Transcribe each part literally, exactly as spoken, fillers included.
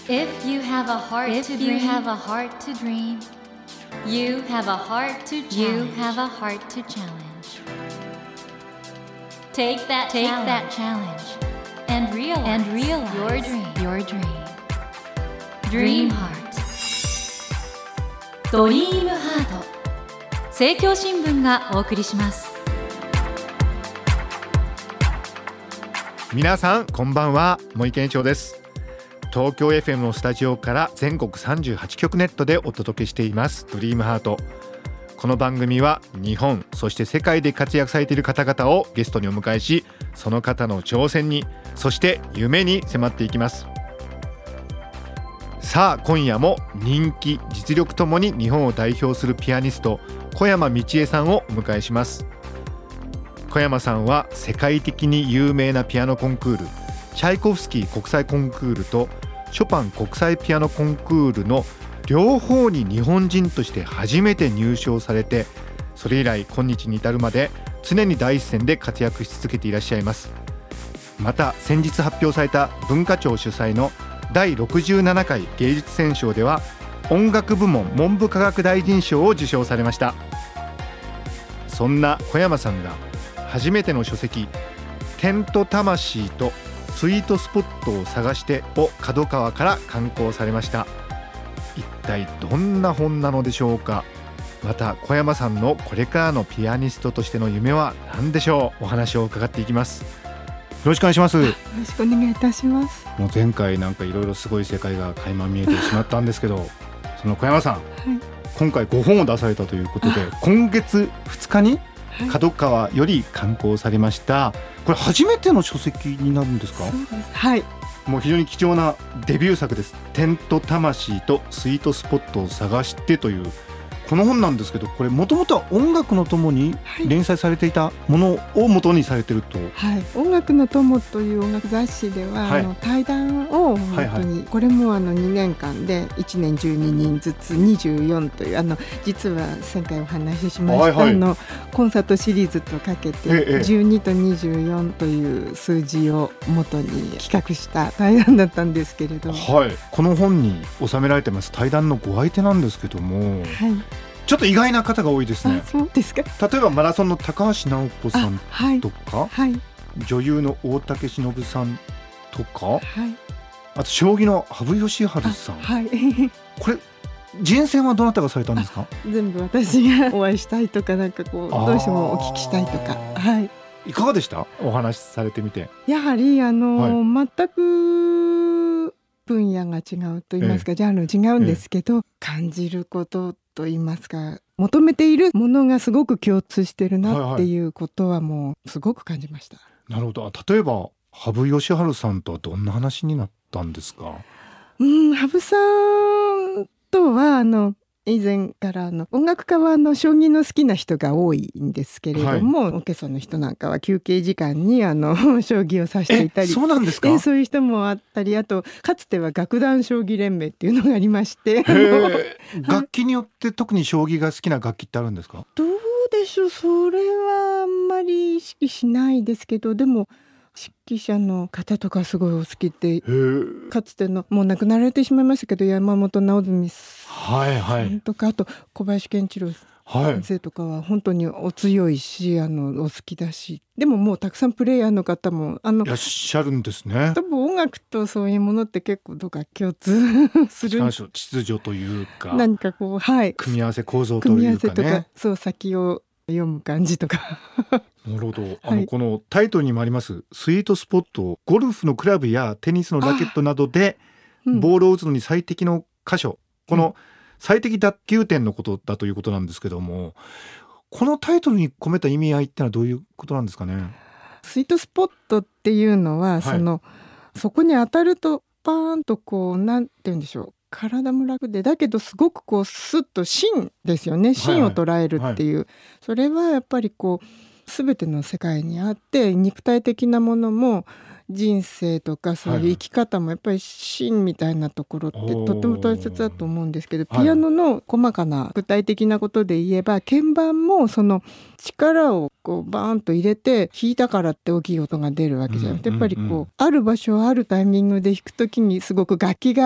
If you have a heart If to you dream, have a heart to dream, you have a heart to challenge. you have a heart to challenge. Take that Take challenge that challenge and realize, and realize your dream. your dream. Dream Dream Heart. Heart. ドリームハート。政教新聞がお送りします。 皆さんこんばんは、森健一郎です。東京 エフエム のスタジオから全国さんじゅうはちきょくネットでお届けしていますドリームハート。この番組は日本そして世界で活躍されている方々をゲストにお迎えし、その方の挑戦にそして夢に迫っていきます。さあ今夜も人気実力ともに日本を代表するピアニスト小山道恵さんをお迎えします。小山さんは世界的に有名なピアノコンクールチャイコフスキー国際コンクールとショパン国際ピアノコンクールの両方に日本人として初めて入賞されて、それ以来今日に至るまで常に第一線で活躍し続けていらっしゃいます。また先日発表された文化庁主催のだいろくじゅうななかい芸術選奨では音楽部門文部科学大臣賞を受賞されました。そんな小山さんが初めての書籍点と魂とスイートスポットを探してを角川から刊行されました。一体どんな本なのでしょうか。また小山さんのこれからのピアニストとしての夢は何でしょう。お話を伺っていきます。よろしくお願いします。よろしくお願いいたします。 もう前回なんかいろいろすごい世界が垣間見えてしまったんですけどその小山さん、はい、今回ごほんを出されたということで今月ふつかに角川より刊行されました。これ初めての書籍になるんですか？ そうです。はい。 もう非常に貴重なデビュー作です。点と魂とスイートスポットを探してというこの本なんですけど、これもともとは音楽の友に連載されていたものを元にされてると、 はい、音楽の友という音楽雑誌では、はい、あの対談を本当に、はいはい、これもあのにねんかんでいちねんじゅうににんずつにじゅうよんというあの実は前回お話ししました、はいはい、あのコンサートシリーズとかけてじゅうにとにじゅうよんという数字を元に企画した対談だったんですけれど、 はい、この本に収められてます対談のご相手なんですけども、はい、ちょっと意外な方が多いですね。 そうですか。 例えばマラソンの高橋尚子さんとか、はい、女優の大竹しのぶさんとか、はい、あと将棋の羽生善治さん、はい、これ人選はどなたがされたんですか？ 全部私がお会いしたいとかなんかこうどうしてもお聞きしたいとか、はい、 いかがでした？お話しされてみて。 やはりあの、はい、全く分野が違うと言いますか、ええ、ジャンル違うんですけど、ええ、感じることと言いますか求めているものがすごく共通してるなっていうことはもうすごく感じました。 はいはい、なるほど。例えば羽生善治さんとはどんな話になったんですか？ うん、羽生さんとはあの以前からあの音楽家はあの将棋の好きな人が多いんですけれども、はい、オーケストラの人なんかは休憩時間にあの将棋を指していたり、 そうなんですか？ そういう人もあったり、あとかつては楽団将棋連盟っていうのがありまして楽器によって特に将棋が好きな楽器ってあるんですか？ どうでしょう、それはあんまり意識しないですけど、でも指揮者の方とかすごいお好きで、かつてのもう亡くなられてしまいましたけど山本直純さんとか、はいはい、あと小林健一郎先生とかは本当にお強いし、あのお好きだし、でももうたくさんプレイヤーの方もあのいらっしゃるんですね。 多分音楽とそういうものって結構どうか共通する秩序というか何かこう、はい、 組み合わせ構造というかね、組み合わせとかそう先を読む感じとかなるほど。あの、はい、このタイトルにもありますスイートスポット、ゴルフのクラブやテニスのラケットなどでボールを打つのに最適の箇所、うん、この最適打球点のことだということなんですけども、このタイトルに込めた意味合いってのはどういうことなんですかね？ スイートスポットっていうのは、はい、そのそこに当たるとパーンとこうなんて言うんでしょう、体も楽でだけどすごくこうスッと芯ですよね、芯を捉えるっていう、はいはいはい、それはやっぱりこう全ての世界にあって、肉体的なものも人生とかそういう生き方もやっぱり芯みたいなところってとっても大切だと思うんですけど、ピアノの細かな具体的なことで言えば、鍵盤もその力をこうバーンと入れて弾いたからって大きい音が出るわけじゃなくて、やっぱりこうある場所をあるタイミングで弾くときにすごく楽器が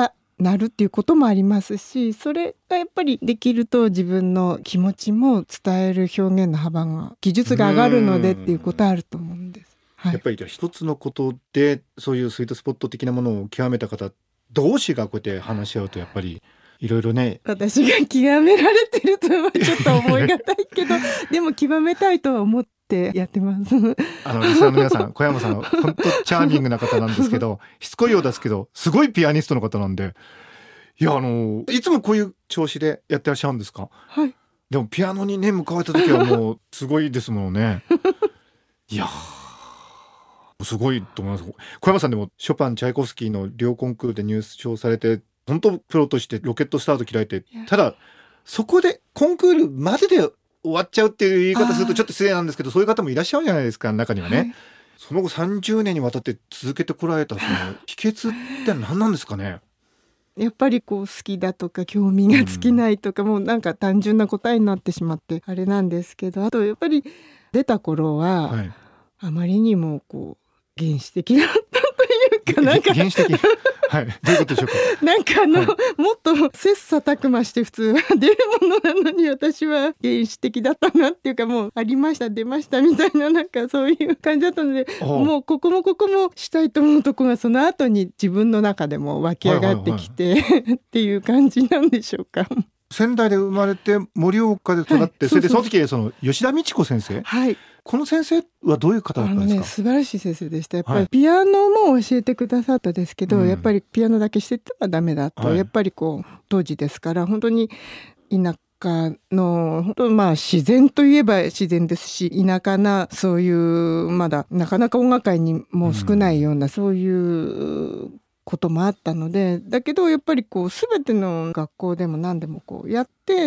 なるっていうこともありますし、それがやっぱりできると自分の気持ちも伝える表現の幅が技術が上がるのでっていうことはあると思うんです、はい、 やっぱりじゃあ一つのことでそういうスイートスポット的なものを極めた方同士がこうやって話し合うとやっぱりいろいろね、 私が極められてるとはちょっと思いがたいけどでも極めたいとは思ってやってますあのリスナーの皆さん、小山さんは本当チャーミングな方なんですけどしつこいようですけどすごいピアニストの方なんで、いやあのいつもこういう調子でやってらっしゃるんですか？ はい。 でもピアノにね向かわれた時はもうすごいですもんねいやすごいと思います。小山さんでもショパンチャイコフスキーの両コンクールで入賞されて本当プロとしてロケットスタート切られて、ただそこでコンクールまでで終わっちゃうっていう言い方するとちょっと失礼なんですけど、そういう方もいらっしゃるじゃないですか、中にはね、はい、その後さんじゅうねんにわたって続けてこられたその秘訣って何なんですかね？ やっぱりこう好きだとか興味が尽きないとか、うん、もうなんか単純な答えになってしまってあれなんですけど、あとやっぱり出た頃は、はい、あまりにもこう原始的だったというか、なんか原始的はい、どういうことでしょうか？ なんかあの、はい、もっと切磋琢磨して普通は出るものなのに私は原始的だったなっていうか、もうありました出ましたみたいな、なんかそういう感じだったので、もうここもここもしたいと思うとこがその後に自分の中でも湧き上がってきて、はいはいはい、っていう感じなんでしょうか。 仙台で生まれて盛岡で育って、はい、それでその時その吉田美智子先生、 はい、 この先生はどういう方だったんですか？あの、ね、 素晴らしい先生でした。やっぱりピアノも教えてくださったですけど、はい、やっぱりピアノだけしててはダメだと、うん、やっぱりこう当時ですから本当に田舎の本当まあ自然といえば自然ですし、田舎なそういうまだなかなか音楽界にも少ないような、うん、そういうこともあったので、だけどやっぱりこう全ての学校でも何でもこうやって、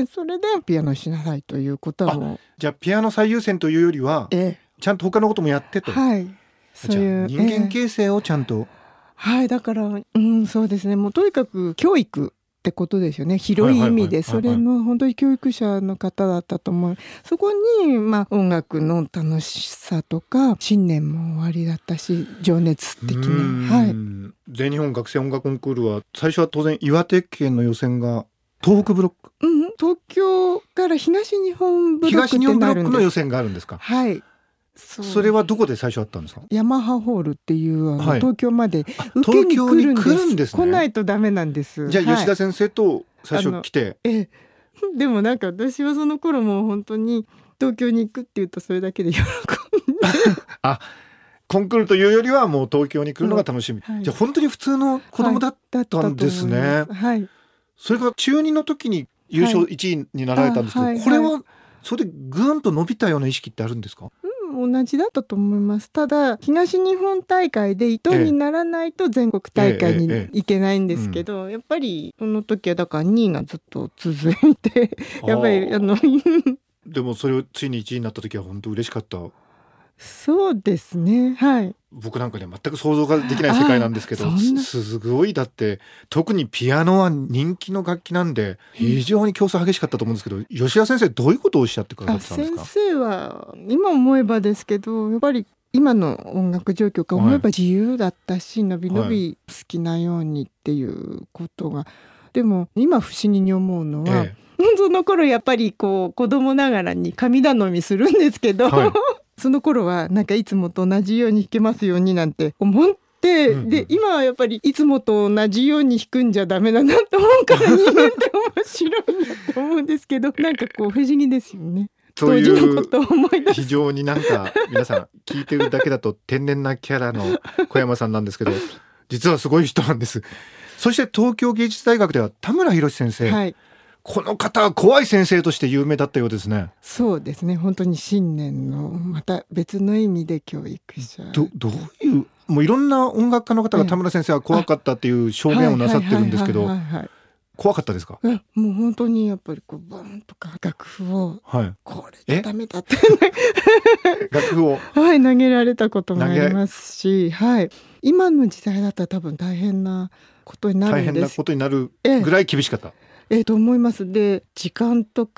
それでピアノしなさいということはもう、 じゃあピアノ最優先というよりは、ええ、ちゃんと他のこともやってと、 はい、 そういう人間形成をちゃんと、ええ、 はい、だから、うん、そうですね、もうとにかく教育ってことですよね、広い意味で。それの本当に教育者の方だったと思う。そこに、まあ、音楽の楽しさとか信念もおありだったし、情熱的な、はい、 全日本学生音楽コンクールは最初は当然岩手県の予選が東北ブロック、 うん、東京から東日本ブロックってなるんです。東日本ブロックの予選があるんですか？ はい。 そ, それはどこで最初あったんですか？ ヤマハホールっていうあの、はい、東京まで受けに来るんです。東京に来るんですね。来ないとダメなんです。 じゃあ吉田先生と最初来て、 はい、えでもなんか私はその頃もう本当に東京に行くっていうとそれだけで喜んであ、コンクールというよりはもう東京に来るのが楽しみ、はい、じゃあ本当に普通の子供だったんですね、はいはい、それが中にの時に優勝いちいになられたんですけど、はい、これはそれでぐーんと伸びたような意識ってあるんですか？ うん、同じだったと思います。ただ東日本大会でいとにならないと全国大会に行けないんですけど、ええええええ、やっぱりその時はだからにいがずっと続いてやっぱりあのでもそれをついにいちいになった時は本当嬉しかった。 そうですね、はい。 僕なんかね全く想像ができない世界なんですけど、すごい、だって特にピアノは人気の楽器なんで非常に競争激しかったと思うんですけど、吉田先生どういうことをおっしゃってくださってたんですか？ 先生は今思えばですけど、やっぱり今の音楽状況から思えば自由だったし、はい、のびのび好きなようにっていうことが、はい、でも今不思議に思うのは、ええ、その頃やっぱりこう子供ながらに神頼みするんですけど、はいその頃はなんかいつもと同じように弾けますようになんて思って、うんうん、で今はやっぱりいつもと同じように弾くんじゃダメだなと思うから人間って面白いなと思うんですけどなんかこう不思議ですよね。当時のことを思い出す。 非常になんか皆さん聞いてるだけだと天然なキャラの小山さんなんですけど実はすごい人なんです。そして東京芸術大学では田村博先生、はい、この方は怖い先生として有名だったようですね。 そうですね、本当に信念のまた別の意味で教育者。 ど, どういうもういろんな音楽家の方が田村先生は怖かったっていう証言をなさってるんですけど、怖かったですか？ もう本当にやっぱりこうバンとか楽譜を、はい、これじゃダメだって楽譜を、 はい、投げられたこともありますし、はい、今の時代だったら多分大変なことになるんです。 大変なことになるぐらい厳しかった、 えええー、と思います。で時間とか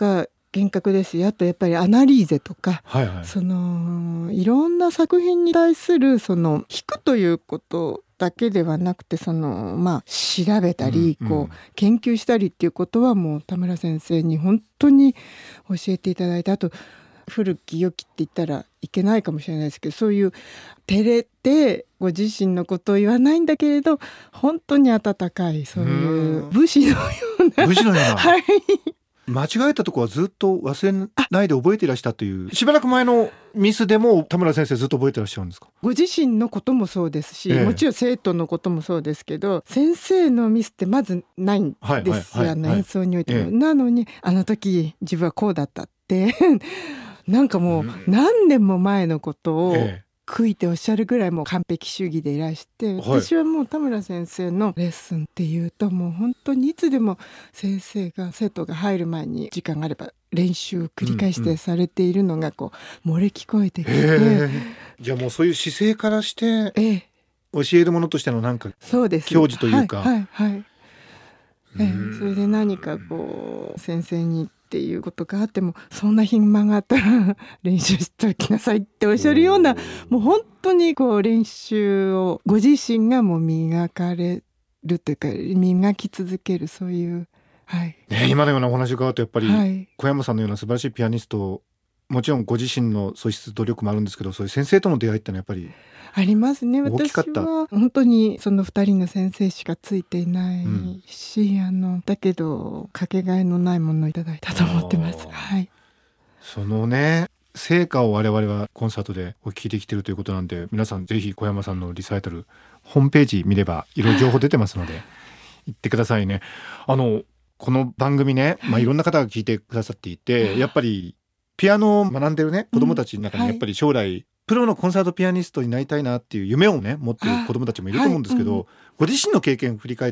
厳格ですよ。あとやっぱりアナリーゼとか、 はいはい、 そのいろんな作品に対するその弾くということだけではなくて、そのまあ調べたり、 うんうん、 こう研究したりっていうことはもう田村先生に本当に教えていただいて、あと古き良きって言ったらいけないかもしれないですけど、そういう照れてご自身のことを言わないんだけれど本当に温かい、そういう武士のような武士のようなはい、 間違えたとこはずっと忘れないで覚えていらしたという、しばらく前のミスでも田村先生ずっと覚えてらっしゃるんですか？ ご自身のこともそうですし、ええ、もちろん生徒のこともそうですけど、先生のミスってまずないんですよ、はいはいはいはい、あの演奏においても、ええ、なのにあの時自分はこうだったってなんかもう何年も前のことを悔いておっしゃるぐらいもう完璧主義でいらして、私はもう田村先生のレッスンっていうともう本当にいつでも先生が生徒が入る前に時間があれば練習を繰り返してされているのがこう漏れ聞こえてきて、 うんうん、じゃあもうそういう姿勢からして教えるものとしてのなんか教授というか、 はいはいはい、ええ、それで何かこう先生にっていうことがあっても、そんな暇があったら練習しておきなさいっておっしゃるような、もう本当にこう練習をご自身がもう磨かれるというか磨き続ける、そういう、はいね、今のようなお話を伺うとやっぱり、はい、小山さんのような素晴らしいピアニスト、もちろんご自身の素質努力もあるんですけど、そういう先生との出会いってのはやっぱりありますね。 大きかった。 私は本当にそのふたりの先生しかついていないし、うん、あのだけどかけがえのないものをいただいたと思ってます、はい、 そのね成果を我々はコンサートでお聞きできているということなんで、皆さんぜひ小山さんのリサイタルホームページ見ればいろいろ情報出てますので行ってくださいね。あのこの番組ね、まあ、いろんな方が聞いてくださっていて、はい、やっぱりピアノを学んでるね子どもたちの中にやっぱり将来、うんはい、プロのコンサートピアニストになりたいなっていう夢をね持っている子どもたちもいると思うんですけど、はいうん、ご自身の経験を振り返って、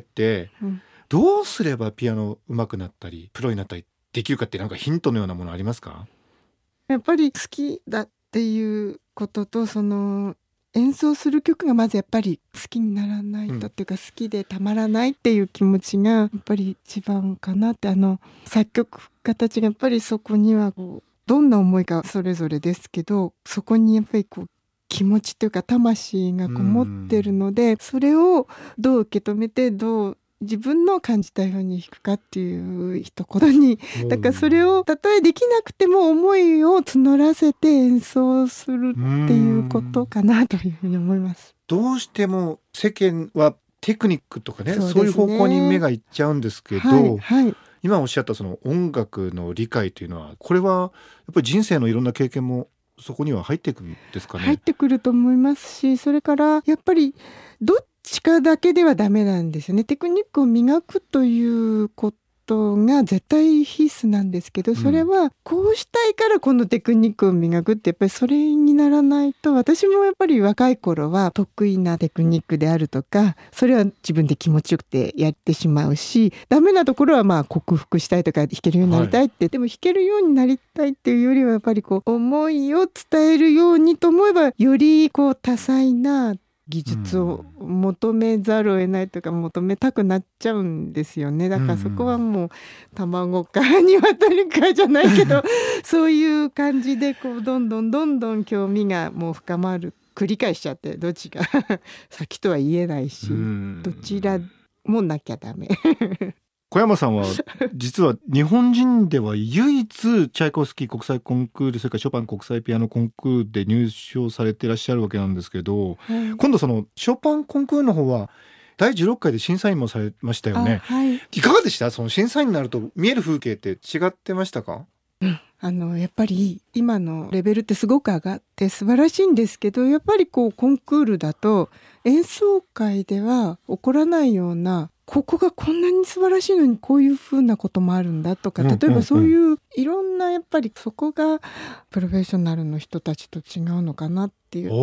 うん、どうすればピアノ上手くなったりプロになったりできるかってなんかヒントのようなものありますか？ やっぱり好きだっていうことと、その演奏する曲がまずやっぱり好きにならないと、うん、っていうか好きでたまらないっていう気持ちがやっぱり一番かなって、あの作曲家たちがやっぱりそこにはこうどんな思いかそれぞれですけど、そこにやっぱりこう気持ちというか魂がこもってるので、それをどう受け止めてどう自分の感じたように弾くかっていう一言に、だからそれをたとえできなくても思いを募らせて演奏するっていうことかなというふうに思います。 どうしても世間はテクニックとか ね, そうですね、そういう方向に目がいっちゃうんですけど、はいはい、今おっしゃったその音楽の理解というのは、これはやっぱり人生のいろんな経験もそこには入ってくるんですかね？ 入ってくると思いますし、それからやっぱりどっちかだけではダメなんですよね。テクニックを磨くということが絶対必須なんですけど、それはこうしたいからこのテクニックを磨くって、やっぱりそれにならないと、私もやっぱり若い頃は得意なテクニックであるとか、それは自分で気持ちよくてやってしまうし、ダメなところはまあ克服したいとか弾けるようになりたいって、はい、でも弾けるようになりたいっていうよりはやっぱりこう思いを伝えるようにと思えば、よりこう多彩な技術を求めざるを得ないというか、求めたくなっちゃうんですよね。だからそこはもう卵か鶏かじゃないけどそういう感じでこうどんどんどんどん興味がもう深まる、繰り返しちゃって、どっちが先とは言えないし、どちらもなきゃダメ小山さんは実は日本人では唯一チャイコフスキー国際コンクール、それからショパン国際ピアノコンクールで入賞されていらっしゃるわけなんですけど、はい、今度そのショパンコンクールの方はだいじゅうろっかいで審査員もされましたよね、はい、いかがでした？その審査員になると見える風景って違ってましたか？ うん、あのやっぱり今のレベルってすごく上がって素晴らしいんですけど、やっぱりこうコンクールだと演奏会では起こらないような、ここがこんなに素晴らしいのにこういう風なこともあるんだとか、例えばそういういろんな、やっぱりそこがプロフェッショナルの人たちと違うのかなっていう、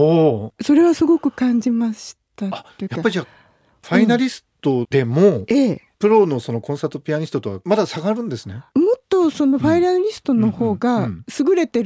それはすごく感じましたっていうか、 やっぱりじゃあファイナリストでも、うんええ、プロのそのコンサートピアニストとはまだ差があるんですね。 もっとそのファイナリストの方が優れてる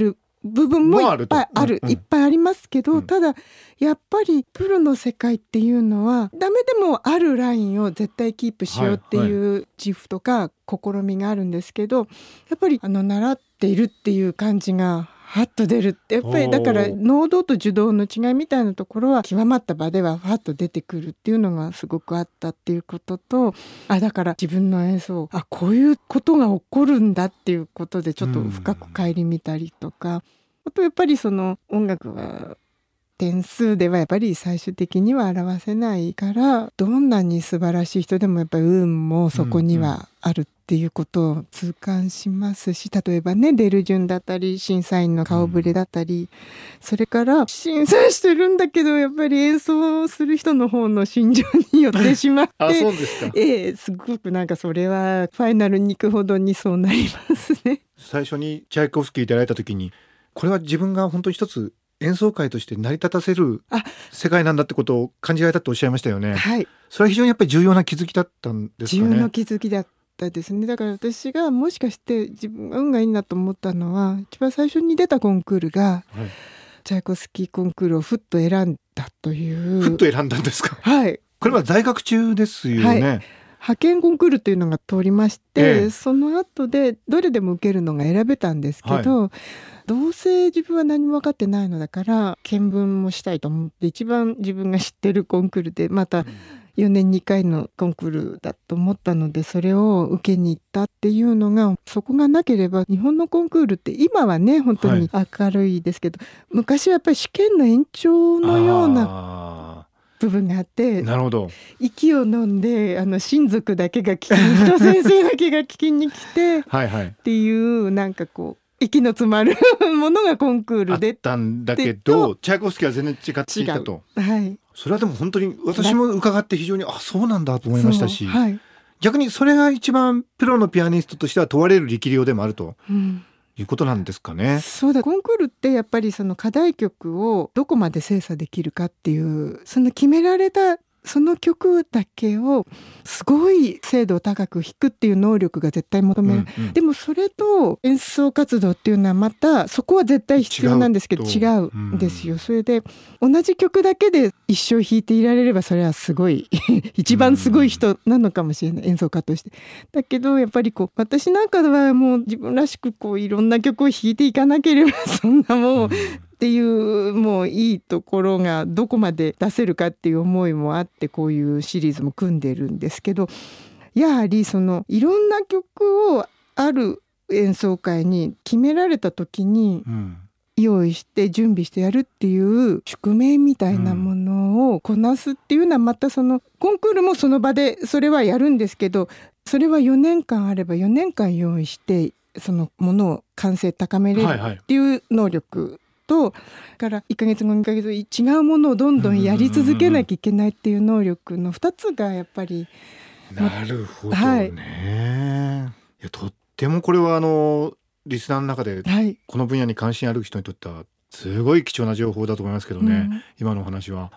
部分もいっぱいある、 うんうん、 いっぱいありますけど、 うん、 ただやっぱりプロの世界っていうのはダメでもあるラインを絶対キープしようっていう自負とか試みがあるんですけど、やっぱりあの習っているっていう感じがハッと出るって、やっぱりだから能動と受動の違いみたいなところは極まった場ではファッと出てくるっていうのがすごくあったっていうことと、あだから自分の演奏あこういうことが起こるんだっていうことでちょっと深く顧みたりとか、あとやっぱりその音楽は点数ではやっぱり最終的には表せないから、どんなに素晴らしい人でもやっぱり運もそこにはあるっていうことを痛感しますし、例えばね出る順だったり審査員の顔ぶれだったり、それから審査してるんだけどやっぱり演奏する人の方の心情によってしまってあそうですか、 ええ、すごくなんかそれはファイナルに行くほどにそうなりますね。 最初にチャイコフスキーいただいた時に、これは自分が本当に一つ演奏会として成り立たせる世界なんだってことを感じられたとおっしゃいましたよね。 はい、 それは非常にやっぱり重要な気づきだったんですかね。 重要な気づきだったですね。だから私がもしかして自分が運がいいなと思ったのは、一番最初に出たコンクールが、はい、チャイコフスキーコンクールをふっと選んだという。 ふっと選んだんですか。 はい、 これは在学中ですよね。はい、 派遣コンクールというのが通りまして、ええ、その後でどれでも受けるのが選べたんですけど、はい、どうせ自分は何も分かってないのだから見聞もしたいと思って、一番自分が知ってるコンクールで、またよねんにかいのコンクールだと思ったので、それを受けに行ったっていうのが、そこがなければ日本のコンクールって今はね本当に明るいですけど、はい、昔はやっぱり試験の延長のような部分があって、 なるほど、 息を飲んであの親族だけが聞きに来た先生だけが聞きに来てはい、はい、っていうなんかこう息の詰まるものがコンクールであったんだけど、チャイコフスキーは全然違っていたと。はい、それはでも本当に私も伺って非常にあそうなんだと思いましたし、はい、逆にそれが一番プロのピアニストとしては問われる力量でもあると、うんいうことなんですかね。 そうだ、コンクールってやっぱりその課題曲をどこまで精査できるかっていう、その決められたその曲だけをすごい精度高く弾くっていう能力が絶対求める、うんうん、でもそれと演奏活動っていうのはまたそこは絶対必要なんですけど違うんですよ、うん、それで同じ曲だけで一生弾いていられればそれはすごい一番すごい人なのかもしれない、演奏家として。だけどやっぱりこう私なんかはもう自分らしくこういろんな曲を弾いていかなければそんなもう、うんっていうもういいところがどこまで出せるかっていう思いもあってこういうシリーズも組んでるんですけど、やはりそのいろんな曲をある演奏会に決められた時に用意して準備してやるっていう宿命みたいなものをこなすっていうのはまたそのコンクールもその場でそれはやるんですけど、それはよねんかんあればよねんかん用意してそのものを完成高めれるっていう能力、はいはいとからいっかげつごにかげつ違うものをどんどんやり続けなきゃいけないっていう能力のふたつがやっぱりなるほどね、はい、いやとってもこれはあのリスナーの中でこの分野に関心ある人にとってはすごい貴重な情報だと思いますけどね、うん、今のお話は、はい、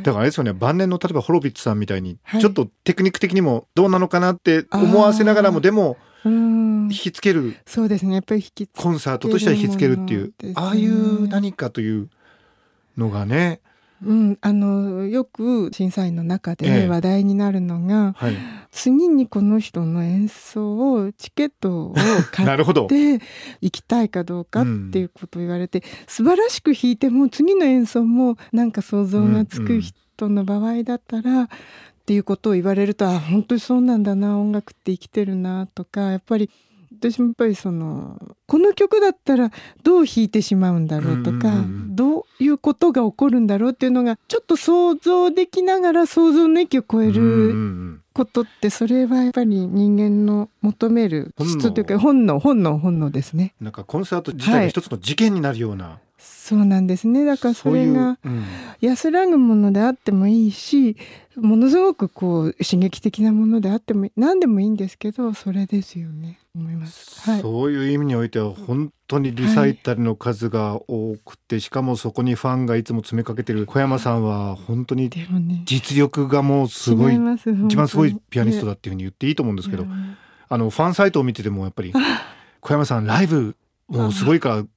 だからあれですよね、晩年の例えばホロビッツさんみたいにちょっとテクニック的にもどうなのかなって思わせながらもでもうん引きつける、 そうですね、やっぱり引きつけるコンサートとしては引きつけるっていう、ね、ああいう何かというのがね、 うん、あのよく審査員の中で話題になるのが、ええはい、次にこの人の演奏をチケットを買って行きたいかどうかっていうことを言われて、うん、素晴らしく弾いても次の演奏もなんか想像がつく人の場合だったら、うんうんっていうことを言われると、あ本当にそうなんだな、音楽って生きてるなとか、やっぱり私もやっぱりそのこの曲だったらどう弾いてしまうんだろうとか、うんうんうん、どういうことが起こるんだろうっていうのがちょっと想像できながら想像の域を超えることって、それはやっぱり人間の求める質というか本能本能本能ですね。 なんかコンサート自体が一つの事件になるような、はい、 そうなんですね。だからそれが安らぐものであってもいいし、ものすごくこう刺激的なものであっても何でもいいんですけど、それですよね、思います、はい、 そういう意味においては本当にリサイタルの数が多くて、はい、しかもそこにファンがいつも詰めかけてる小山さんは本当に実力がもうすごい、一番すごいピアニストだっていうふうに言っていいと思うんですけど、あのファンサイトを見ててもやっぱり小山さんライブもうすごいから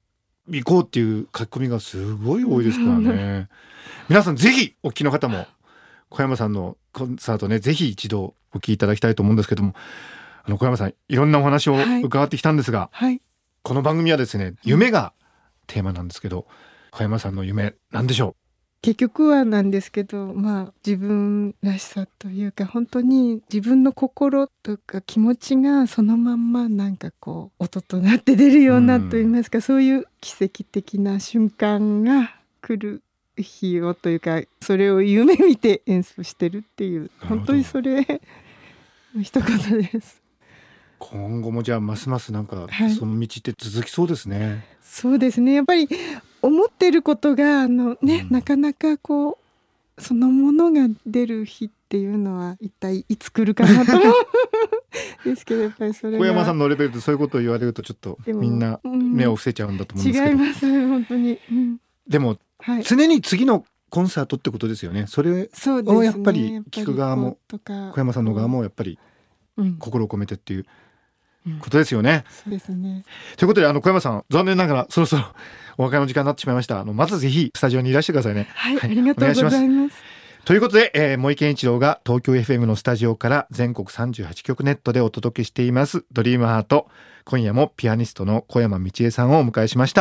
行こうっていう書き込みがすごい多いですからね皆さんぜひお聞きの方も小山さんのコンサートね、ぜひ一度お聞きいただきたいと思うんですけども、あの小山さんいろんなお話を伺ってきたんですが、 はい、 この番組はですね、夢がテーマなんですけど、小山さんの夢何でしょう？ 結局はなんですけど、まあ自分らしさというか、本当に自分の心とか気持ちがそのまんまなんかこう音となって出るようなといいますか、そういう奇跡的な瞬間が来る日をというか、それを夢見て演奏してるっていう、本当にそれの一言です。 今後もじゃあますますなんか、 はい、 その道って続きそうですね。 そうですね、やっぱり思ってることがあの、ねうん、なかなかこうそのものが出る日っていうのは一体いつ来るかなと思うですけど、やっぱりそれが小山さんのレベルでそういうことを言われるとちょっとみんな目を伏せちゃうんだと思うんですけど、 違います本当に、うん、 でも、はい、常に次のコンサートってことですよね。それをやっぱり聞く側も、小山さんの側もやっぱり心を込めてっていうことですよね、 うんうん、そうですね。 ということで、あの小山さん残念ながらそろそろお別れの時間になってしまいました。あのまずぜひスタジオにいらしてくださいね。 はい、はい、ありがとうございます。 ということで、えー、森健一郎が東京 エフエム のスタジオから全国さんじゅうはちきょくネットでお届けしていますドリームハート。今夜もピアニストの小山道恵さんをお迎えしました。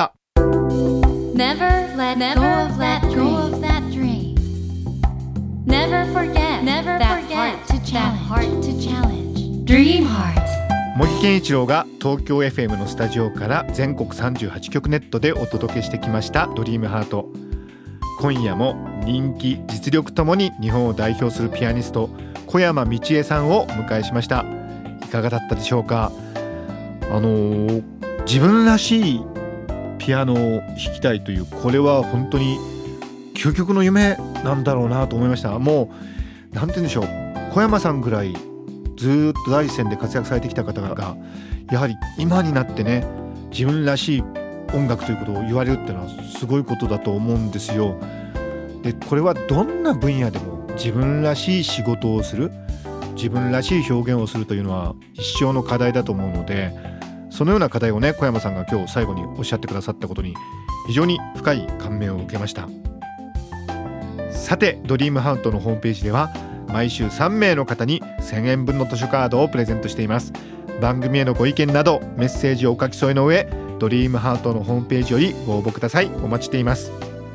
Never let go of that dream. Never forget that heart to challenge. Dream Heart。 森健一郎が東京 エフエム のスタジオから全国さんじゅうはちきょくネットでお届けしてきましたドリームハート。今夜も人気実力ともに日本を代表するピアニスト小山道恵さんをお迎えしました。いかがだったでしょうか？あのー、自分らしいピアノを弾きたいという、これは本当に究極の夢なんだろうなと思いました。もうなんて言うんでしょう、小山さんぐらいずっと第一線で活躍されてきた方がやはり今になってね、自分らしい音楽ということを言われるっていうのはすごいことだと思うんですよ。でこれはどんな分野でも自分らしい仕事をする、自分らしい表現をするというのは一生の課題だと思うので、そのような課題をね、小山さんが今日最後におっしゃってくださったことに非常に深い感銘を受けました。さて、ドリームハートのホームページでは毎週さんめいの方にせんえんぶんの図書カードをプレゼントしています。番組へのご意見などメッセージをお書き添えの上、ドリームハートのホームページよりご応募ください。お待ちしています。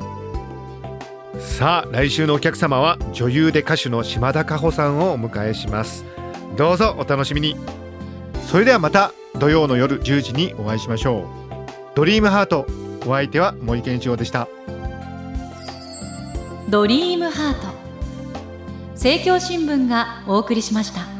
さあ、来週のお客様は女優で歌手の島田佳穂さんをお迎えします。どうぞお楽しみに。それではまた土曜の夜じゅうじにお会いしましょう。ドリームハート、お相手は森健一郎でした。 ドリームハート、政教新聞がお送りしました。